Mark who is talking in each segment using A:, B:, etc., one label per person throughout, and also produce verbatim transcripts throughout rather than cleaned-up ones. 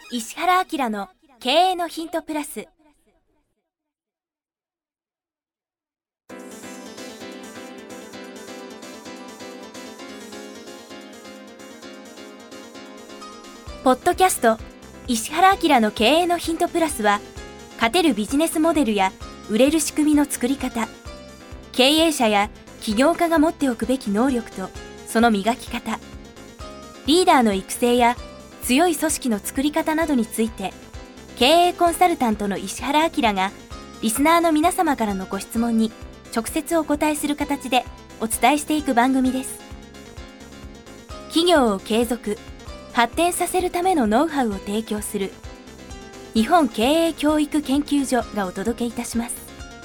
A: 石原明の経営のヒントプラス。ポッドキャスト石原明の経営のヒントプラスは、勝てるビジネスモデルや売れる仕組みの作り方、経営者や起業家が持っておくべき能力とその磨き方、リーダーの育成や強い組織の作り方などについて、経営コンサルタントの石原明がリスナーの皆様からのご質問に直接お答えする形でお伝えしていく番組です。企業を継続発展させるためのノウハウを提供する日本経営教育研究所がお届けいたします。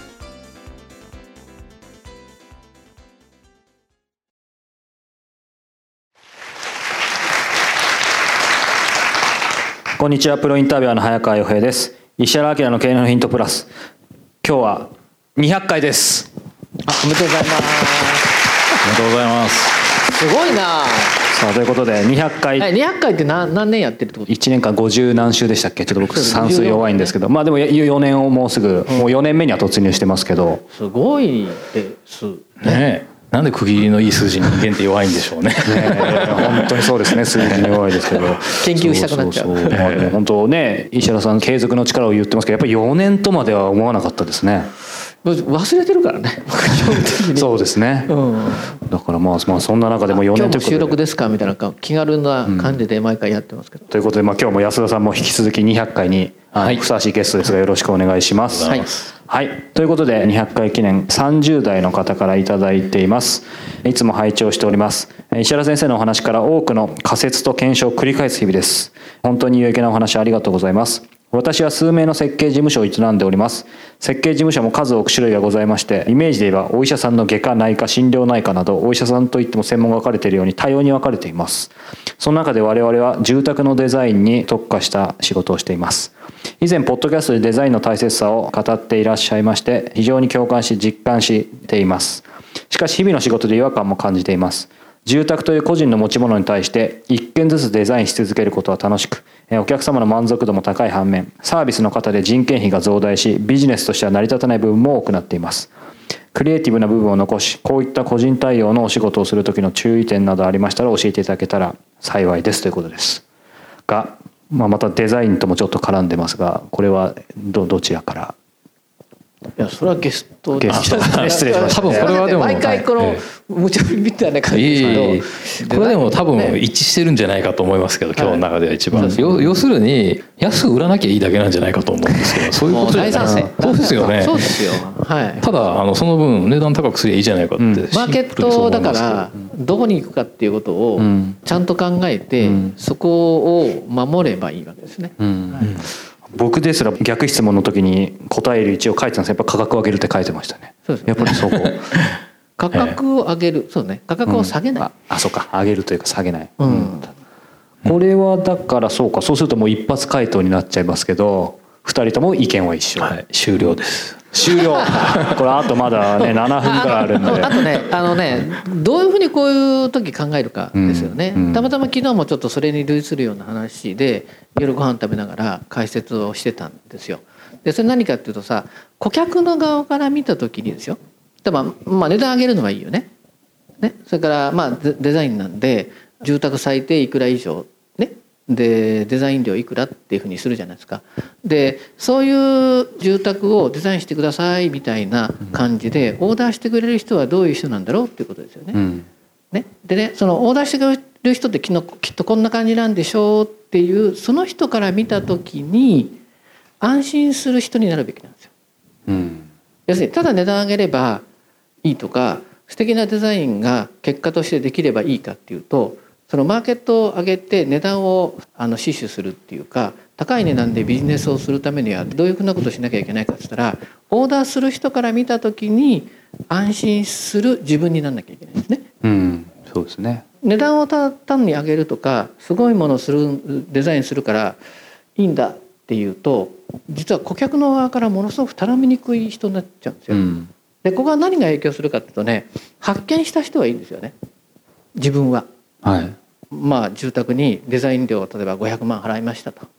B: こんにちは、プロインタビュアーの早川洋平です。石原明の経営のヒントプラス、今日はにひゃっかいです。
C: あ、おめでとうございます。
B: おめでとうございます。
C: すごいな。
B: さあ、ということでにひゃっかい、
C: にひゃっかいって何、何年やってるってこと？
B: いちねんかんごじゅうなん週でしたっけ。ちょっと僕算数弱いんですけど、まあでもよねんをもうすぐ、もうよねんめには突入してますけど、
C: すごいですね。
D: ねえ、なんで区切りのいい数字に人間って弱いんでしょうね。ね
B: え、本当にそうですね。数字に弱いですけど
C: 研究したくなっちゃう。
B: そうそうそう、まあ、本当ね、石原さん継続の力を言ってますけど、やっぱりよねんとまでは思わなかったですね。
C: 忘れてるからね。
B: そうですね、うん、だからまあ、まあそんな中でもよねんということで、
C: 今日も収録ですかみたいな気軽な感じで毎回やってますけど、うん、
B: ということで、まあ今日も安田さんも引き続きにひゃっかいに、はい、ふさわしいゲストですがよろしくお願いします。
C: はい、
B: はい、ということでにひゃっかい記念さんじゅうだいの方からいただいています。いつも拝聴しております。石原先生のお話から多くの仮説と検証を繰り返す日々です。本当に有益なお話ありがとうございます。私は数名の設計事務所を営んでおります。設計事務所も数多く種類がございまして、イメージで言えばお医者さんの外科、内科、診療内科など、お医者さんといっても専門が分かれているように多様に分かれています。その中で我々は住宅のデザインに特化した仕事をしています。以前ポッドキャストでデザインの大切さを語っていらっしゃいまして、非常に共感し実感しています。しかし日々の仕事で違和感も感じています。住宅という個人の持ち物に対して一軒ずつデザインし続けることは楽しく、お客様の満足度も高い反面、サービスの方で人件費が増大し、ビジネスとしては成り立たない部分も多くなっています。クリエイティブな部分を残し、こういった個人対応のお仕事をするときの注意点などありましたら教えていただけたら幸いですということですが、まあ、またデザインともちょっと絡んでますが、これは ど, どちらから？
C: いや、それはゲスト
B: ゲスト失礼しました。
D: 多分これはでも
C: 毎回この無茶ぶりみたいな感じですけど、
D: これでも多分一致してるんじゃないかと思いますけど、今日の中では一番、要, 要するに安く売らなきゃいいだけなんじゃないかと思うんですけど、そういうことじゃないですか。そうですよね。
C: そうですよ、はい、
D: ただあのその分値段高くすりゃいいじゃないかって、うん、
C: マーケットだからどこに行くかっていうことをちゃんと考えて、うん、そこを守ればいいわけですね、うんはい、
B: 僕ですら逆質問の時に答える一応書いてたんです。やっぱ価格を上げるって書いてましたね。
C: そうですね、
B: やっぱりそこ
C: 価格を上げる、そうね、価格を下げない、うん、あ,
B: あそうか、上げるというか下げない、うんうん、これはだからそうか、そうするともう一発回答になっちゃいますけど、ふたりとも意見は一緒、
D: はい、終了です。
B: 終了これあとまだねななふんぐらいあるんで、
C: あとね、あのね、どういうふうにこういう時考えるかですよね、うんうん、たまたま昨日もちょっとそれに類するような話で夜ご飯食べながら解説をしてたんですよ。でそれ何かっていうとさ、顧客の側から見た時にですよ、まあ、まあ値段上げるのはいいよね、ね、それからまあデザインなんで住宅最低いくら以上ね、でデザイン料いくらっていうふうにするじゃないですか。でそういう住宅をデザインしてくださいみたいな感じでオーダーしてくれる人はどういう人なんだろうっていうことですよね。うん、ねでね、そのオーダーしてくれる人ってきっとこんな感じなんでしょうっていう、その人から見た時に安心する人になるべきなんですよ。うん、要するにただ値段上げればいいとか、素敵なデザインが結果としてできればいいかっていうと、そのマーケットを上げて値段をあの死守するっていうか、高い値段でビジネスをするためにはどういうふうなことをしなきゃいけないかって言ったら、オーダーする人から見た時に安心する自分にならなきゃいけないんですね。
B: うん、そうですね。
C: 値段をただ単に上げるとか、すごいものをするデザインするからいいんだっていうと、実は顧客の側からものすごく頼みにくい人になっちゃうんですよ。うん、でここは何が影響するかっていうとね、発見した人はいいんですよね、自分は。はい、まあ住宅にデザイン料を例えばごひゃくまん払いましたと。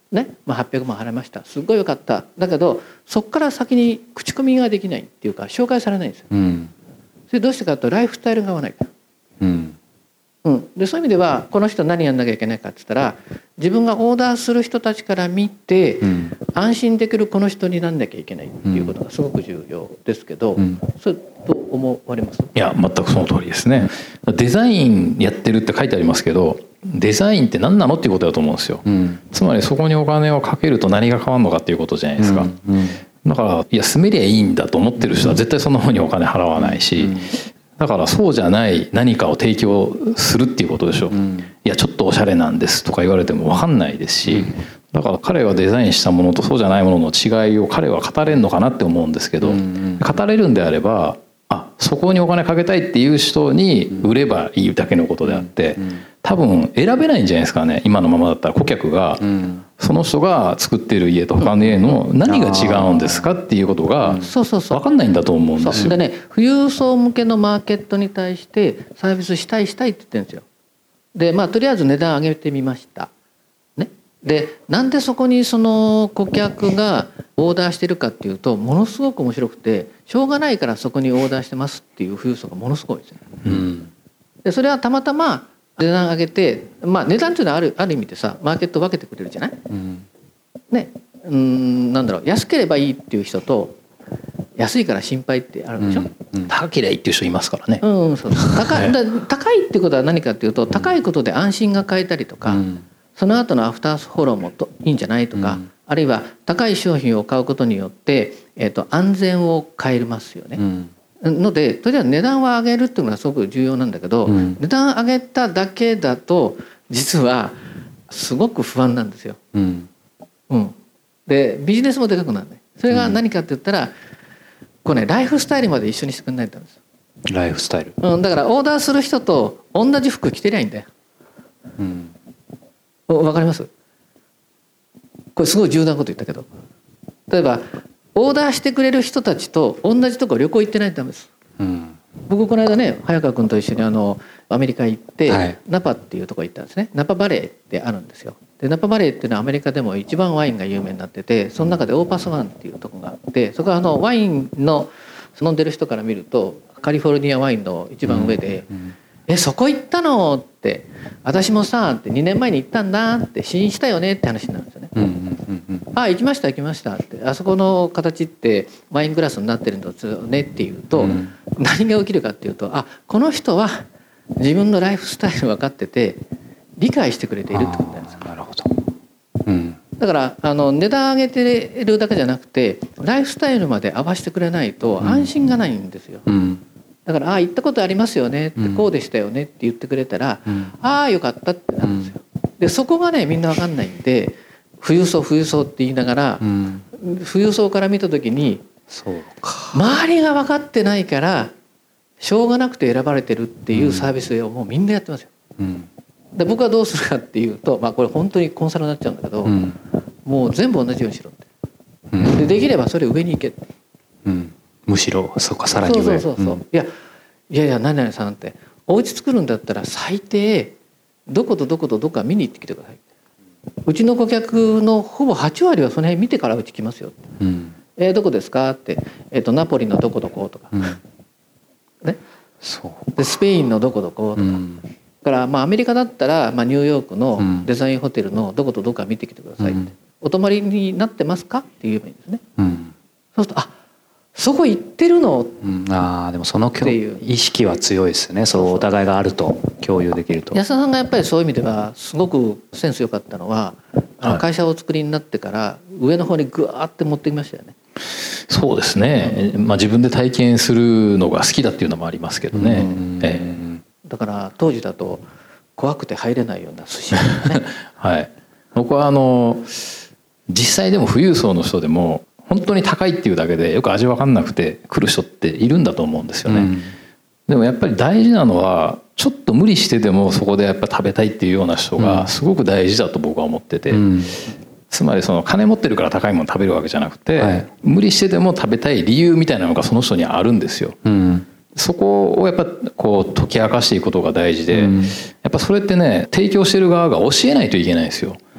C: ね、まあ、はっぴゃくまん払いました、すごいよかった、だけどそこから先に口コミができないっていうか紹介されないんですよ、うん、それどうしてかというとライフスタイルが合わないから、うんうん、でそういう意味ではこの人何やんなきゃいけないかって言ったら自分がオーダーする人たちから見て、うん、安心できるこの人になんなきゃいけないっていうことがすごく重要ですけど、うん、それどう思われます？
D: いや全くその通りですね。デザインやってるって書いてありますけどデザインって何なのっていうことだと思うんですよ、うん、つまりそこにお金をかけると何が変わるのかっていうことじゃないですか、うんうん、だからいや住めりゃいいんだと思ってる人は絶対その方にお金払わないし、うんだからそうじゃない何かを提供するっていうことでしょ、うん、いやちょっとおしゃれなんですとか言われても分かんないですし、うん、だから彼がデザインしたものとそうじゃないものの違いを彼は語れるのかなって思うんですけど、うんうん、語れるんであればあそこにお金かけたいっていう人に売ればいいだけのことであって多分選べないんじゃないですかね。今のままだったら顧客がその人が作ってる家と他の家の何が違うんですかっていうことが分かんないんだと思うんですよ。
C: でね、富裕層向けのマーケットに対してサービスしたいしたいって言ってるんですよ。でまあとりあえず値段上げてみました、ね、でなんでそこにその顧客がオーダーしてるかっていうとものすごく面白くてしょうがないからそこにオーダーしてますっていう富裕層がものすごいですよ、うん、でそれはたまたま値段上げて、まあ、値段っていうのはある、ある意味でさマーケット分けてくれるじゃない、うんね、うんなんだろう安ければいいっていう人と安いから心配ってあるでしょ、
D: うんうん、高ければいいっていう人いますからね、
C: うん、そう高い、だ高いっていうことは何かっていうと高いことで安心が買えたりとか、うん、その後のアフターフォローもといいんじゃないとか、うん、あるいは高い商品を買うことによって、えーと、安全を変えますよね、うんのでとりあえず値段は上げるっていうのはすごく重要なんだけど、うん、値段上げただけだと実はすごく不安なんですよ、うんうん、でビジネスもでかくなるね。それが何かって言ったら、こうねライフスタイルまで一緒にしてくれないとダメです。
B: ライフスタイル、
C: うん、だからオーダーする人と同じ服着てりゃいいんだよ、うん、わかります？これすごい重要なこと言ったけど例えばオーダーしてくれる人たちと同じとこ旅行行ってないとダメです、うん、僕この間ね早川君と一緒にあのアメリカ行って、はい、ナパっていうとこ行ったんですね。ナパバレーってあるんですよ。でナパバレーっていうのはアメリカでも一番ワインが有名になっててその中でオーパスワンっていうとこがあってそこはあのワインの飲んでる人から見るとカリフォルニアワインの一番上で、うんうん、えそこ行ったのって私もさってにねんまえに行ったんだって試飲したよねって話になるんですよね、うんうんうんうん、あ行きました行きましたってあそこの形ってワイングラスになってるんですよねっていうと、うん、何が起きるかっていうとあこの人は自分のライフスタイル分かってて理解してくれているってことなんですよ。
B: なるほど、うん、
C: だからあの値段上げてるだけじゃなくてライフスタイルまで合わせてくれないと安心がないんですよ、うんうんだからああ行ったことありますよねってこうでしたよねって言ってくれたら、うん、ああよかったってなるんですよ。でそこがねみんな分かんないんで富裕層富裕層って言いながら、うん、富裕層から見た時にそうか周りが分かってないからしょうがなくて選ばれてるっていうサービスをもうみんなやってますよ、うん、で僕はどうするかっていうと、まあ、これ本当にコンサルになっちゃうんだけど、うん、もう全部同じようにしろって、うん、でできればそれ上に行けって、
B: うんむしろそうかさらに上
C: そうそうそうそう、うん、いやいやいや何々さんってお家作るんだったら最低どことどことどこか見に行ってきてください。うちの顧客のほぼはちわりはその辺見てからうち来ますよって、うんえー、どこですかって、えー、とナポリのどこどことか、うんね、そうでスペインのどこどことか、うん、だからまあアメリカだったら、まあ、ニューヨークのデザインホテルのどことどこか見てきてくださいって、うん、お泊まりになってますかって言えばいいんですね、うん、そうするとあそこ行ってるの、
B: うん、あでもその意識は強いですね。そうお互いがあると共有できると。
C: 安田さんがやっぱりそういう意味ではすごくセンス良かったのは、あの会社をお作りになってから上の方にグワーって持ってきましたよね。
D: そうですね、まあ、自分で体験するのが好きだっていうのもありますけどね、え
C: ー、だから当時だと怖くて入れないような寿司屋ね
D: はい、僕はあの実際でも富裕層の人でも本当に高いっていうだけでよく味分かんなくて来る人っているんだと思うんですよね、うん、でもやっぱり大事なのはちょっと無理してでもそこでやっぱ食べたいっていうような人がすごく大事だと僕は思ってて、うん、つまりその金持ってるから高いもの食べるわけじゃなくて、はい、無理してでも食べたい理由みたいなのがその人にあるんですよ、うん、そこをやっぱこう解き明かしていくことが大事で、うん、やっぱそれってね提供してる側が教えないといけないんですよ。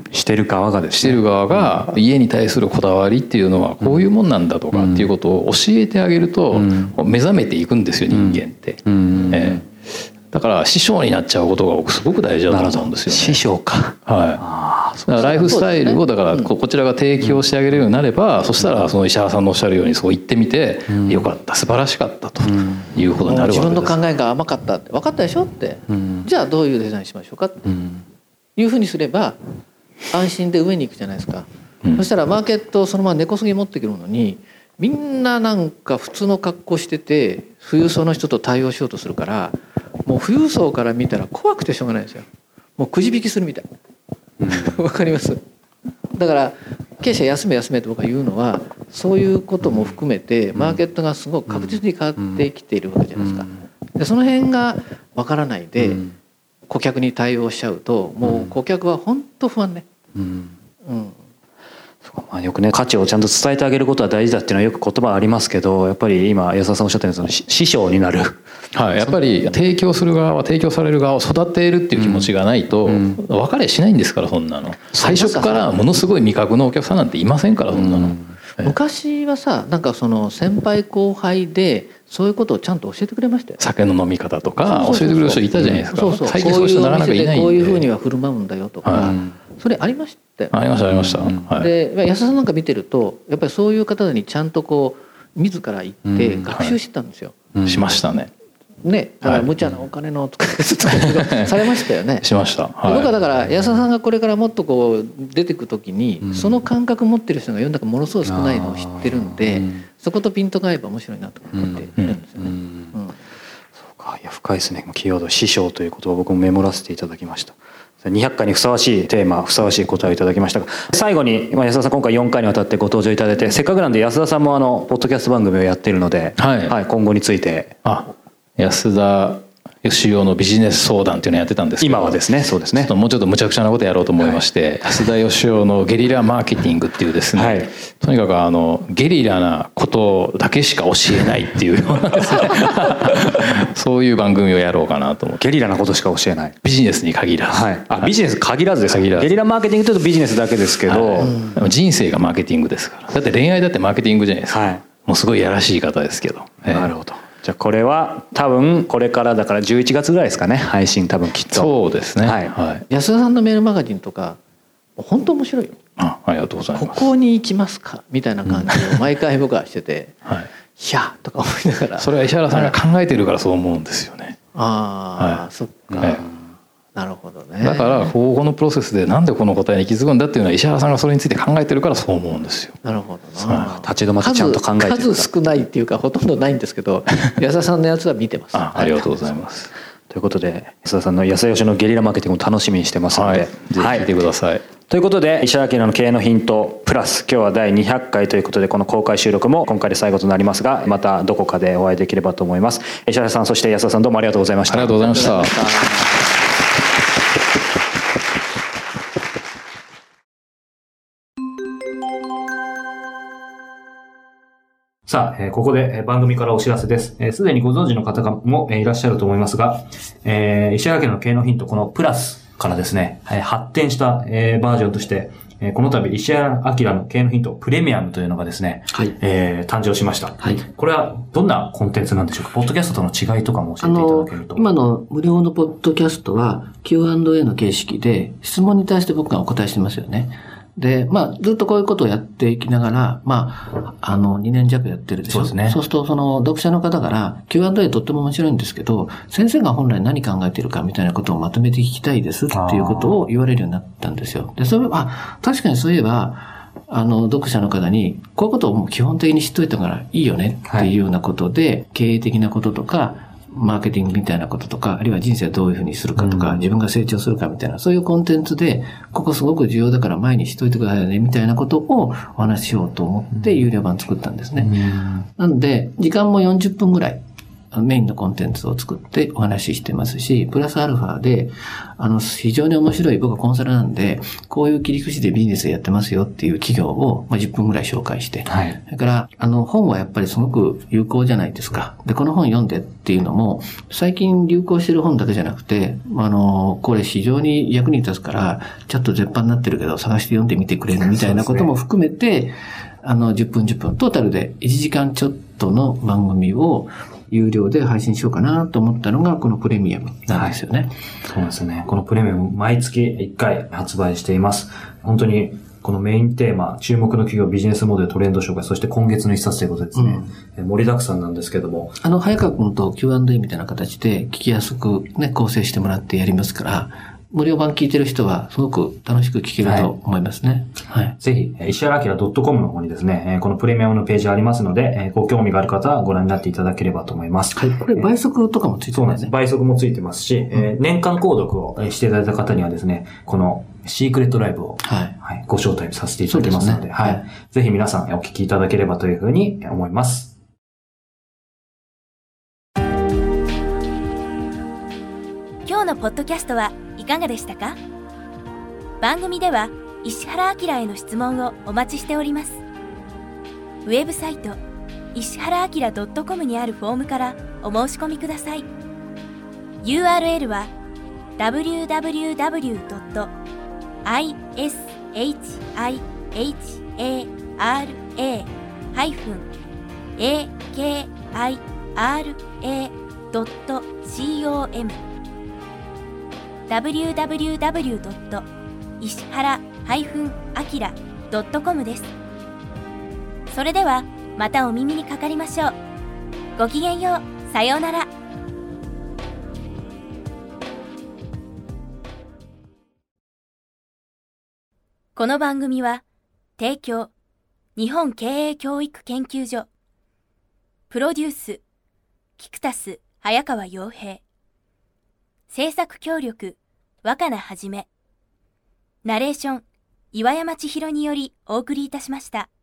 B: してる側がですね。
D: してる側が家に対するこだわりっていうのはこういうもんなんだとかっていうことを教えてあげると目覚めていくんですよ、人間って。えーだから師匠になっちゃうことが僕すごく大事だと思うんですよね。
B: 師匠か。
D: はい。だからライフスタイルをだからこちらが提供してあげるようになれば、そしたらその石原さんのおっしゃるようにそう言ってみて、よかった素晴らしかったということになるわけです。
C: 自分の考えが甘かったって分かったでしょって、じゃあどういうデザインしましょうかっていうふうにすれば安心で上に行くじゃないですか。そしたらマーケットをそのまま根こそぎ持ってくるのに、みんななんか普通の格好してて富裕層の人と対応しようとするから、もう富裕層から見たら怖くてしょうがないんですよ。もうくじ引きするみたい。わかります。だから経営者休め休めと僕は言うのは、そういうことも含めてマーケットがすごく確実に変わってきているわけじゃないですか。でその辺がわからないで顧客に対応しちゃうと、もう顧客は本当不安ね。うんうん
B: まあよくね、価値をちゃんと伝えてあげることは大事だっていうのはよく言葉ありますけど、やっぱり今安田さんおっしゃったようにその師匠になる、
D: はい、やっぱり提供する側は提供される側を育てるっていう気持ちがないと別れしないんですから、そんなの。最初からものすごい味覚のお客さんなんていませんから、そんなの。
C: 昔はさ、なんかその先輩後輩でそういうことをちゃんと教えてくれましたよ。
D: 酒の飲み方とか教えてくれる人いたじゃないですか。最近そういう人なかなかいないんで、
C: こういうふうには振る舞うんだよとか、はい、それありましたよね。
D: ありましたありました、うんはい、
C: で安田さんなんか見てるとやっぱりそういう方にちゃんとこう自ら行って学習してたんですよ、
D: うんはい、しましたね。
C: ね、だから無茶なお金の使い方されましたよね。
D: しました、はい、
C: 僕はだから安田さんがこれからもっとこう出てく時に、うん、その感覚持ってる人が世の中ものすごい少ないのを知ってるんで、うん、そことピントが合えば面白いなと思っているんですよね。
B: そうか、いや深いですね。キーワード師匠という言葉を僕もメモらせていただきました。にひゃっかいにふさわしいテーマ、ふさわしい答えをいただきましたが、最後に安田さん今回よんかいにわたってご登場いただいて、せっかくなんで安田さんもあのポッドキャスト番組をやっているので、はいはい、今後について。
D: あ、安田義雄のビジネス相談っていうのをやってたんですけど、
B: 今はですね、そうですね、
D: ちょっともうちょっと無茶苦茶なことやろうと思いまして、はい、安田義雄のゲリラマーケティングっていうですね、はい、とにかくあのゲリラなことだけしか教えないっていうようなですねそういう番組をやろうかなと思って。
B: ゲリラなことしか教えない、
D: ビジネスに限らず、
B: はい、あビジネス限らずですか。ゲリラマーケティングというとビジネスだけですけど、はい、
D: でも人生がマーケティングですから。だって恋愛だってマーケティングじゃないですか、はい、もうすごいやらしい方ですけど、えー、
B: なるほど。じゃあこれは多分これからだからじゅういちがつぐらいですかね、配信多分きっと。
D: そうですね、
B: はい
D: はい、
C: 安田さんのメールマガジンとか本当面白いよ。
D: あ, ありがとうございます。
C: ここに行きますかみたいな感じを毎回僕はしてて、はい、いやとか思いながら。
D: それは石原さんが考えてるからそう思うんですよね。
C: ああ、はい、そっか、はい、なるほどね。
D: だからここのプロセスでなんでこの答えに気づくんだっていうのは石原さんがそれについて考えてるからそう思うんですよ。
C: なるほどな。
B: 立ち止まってちゃんと考えてる。
C: 数少ないっていうかほとんどないんですけど安田さんのやつは見てます。
D: あ, ありがとうございます。
B: ということで安田さんの安田義雄のゲリラマーケティングを楽しみにしてますので、はい、ぜ
D: ひ聞いてください、はい、
B: ということで石原明の経営のヒントプラス、今日はだいにひゃっかいということでこの公開収録も今回で最後となりますが、またどこかでお会いできればと思います。石原さんそして安田さんどうもありがとうございました。
D: ありがとうございました。
B: さあ、ここで番組からお知らせです。すでにご存知の方もいらっしゃると思いますが、えー、石原家の経営のヒント、このプラスからですね、発展したバージョンとして、この度石原明の経営のヒントプレミアムというのがですね、はい、えー、誕生しました、はい。これはどんなコンテンツなんでしょうか。ポッドキャストとの違いとかも教えていただけると。
C: 今の無料のポッドキャストは キューアンドエー の形式で質問に対して僕がお答えしてますよね。で、まあ、ずっとこういうことをやっていきながら、まあ、あの、にねん弱やってるでしょ。そうですね。そうすると、その、読者の方から、キューアンドエー とっても面白いんですけど、先生が本来何考えているかみたいなことをまとめて聞きたいですっていうことを言われるようになったんですよ。で、それは、あ、確かにそういえば、あの、読者の方に、こういうことをもう基本的に知っといたからいいよねっていうようなことで、はい、経営的なこととか、マーケティングみたいなこととか、あるいは人生をどういうふうにするかとか、うん、自分が成長するかみたいな、そういうコンテンツで、ここすごく重要だから前にしといてくださいね、みたいなことをお話ししようと思って有料版作ったんですね。うん、なので、時間もよんじゅっぷんぐらいメインのコンテンツを作ってお話ししてますし、プラスアルファで、あの、非常に面白い、僕はコンサルなんで、こういう切り口でビジネスやってますよっていう企業を、まあ、じゅっぷんぐらい紹介して、はい。それから、あの、本はやっぱりすごく有効じゃないですか。で、この本読んでっていうのも、最近流行してる本だけじゃなくて、あの、これ非常に役に立つから、ちょっと絶版になってるけど、探して読んでみてくれるみたいなことも含めて、あの、じゅっぷんじゅっぷん、トータルでいちじかんちょっとの番組を、有料で配信しようかなと思ったのがこのプレミアムなんですよね。
B: はい、そうですね。このプレミアム毎月いっかい発売しています。本当にこのメインテーマ、注目の企業ビジネスモデルトレンド紹介、そして今月の一冊ということですね。うん、盛りだくさんなんですけども。
C: あの、早川君と キューアンドエー みたいな形で聞きやすくね、構成してもらってやりますから、無料版聞いてる人はすごく楽しく聞けると思いますね。はい。はい、
B: ぜひ、石原明 .com の方にですね、このプレミアムのページありますので、ご興味がある方はご覧になっていただければと思います。
C: はい。これ倍速とかもついてますね。
B: そうなんです。倍速もついてますし、うん、年間購読をしていただいた方にはですね、このシークレットライブを、はいはい、ご招待させていただきますので、でね、はい。ぜひ皆さんお聞きいただければというふうに思います。
A: 今日のポッドキャストはいかがでしたか？番組では石原明への質問をお待ちしております。ウェブサイト石原明 .com にあるフォームからお申し込みください。 ユーアールエル は ダブリューダブリューダブリュードットアイエスエイチアイエイチエーアールエー ハイフン エーケーアイアールエー ドット コム ダブリューダブリューダブリュー ドット 石原 アキラ ドット コム です。それではまたお耳にかかりましょう。ごきげんよう。さようなら。この番組は提供日本経営教育研究所、プロデュースキクタス早川洋平、制作協力若菜はじめ、ナレーション岩山千尋によりお送りいたしました。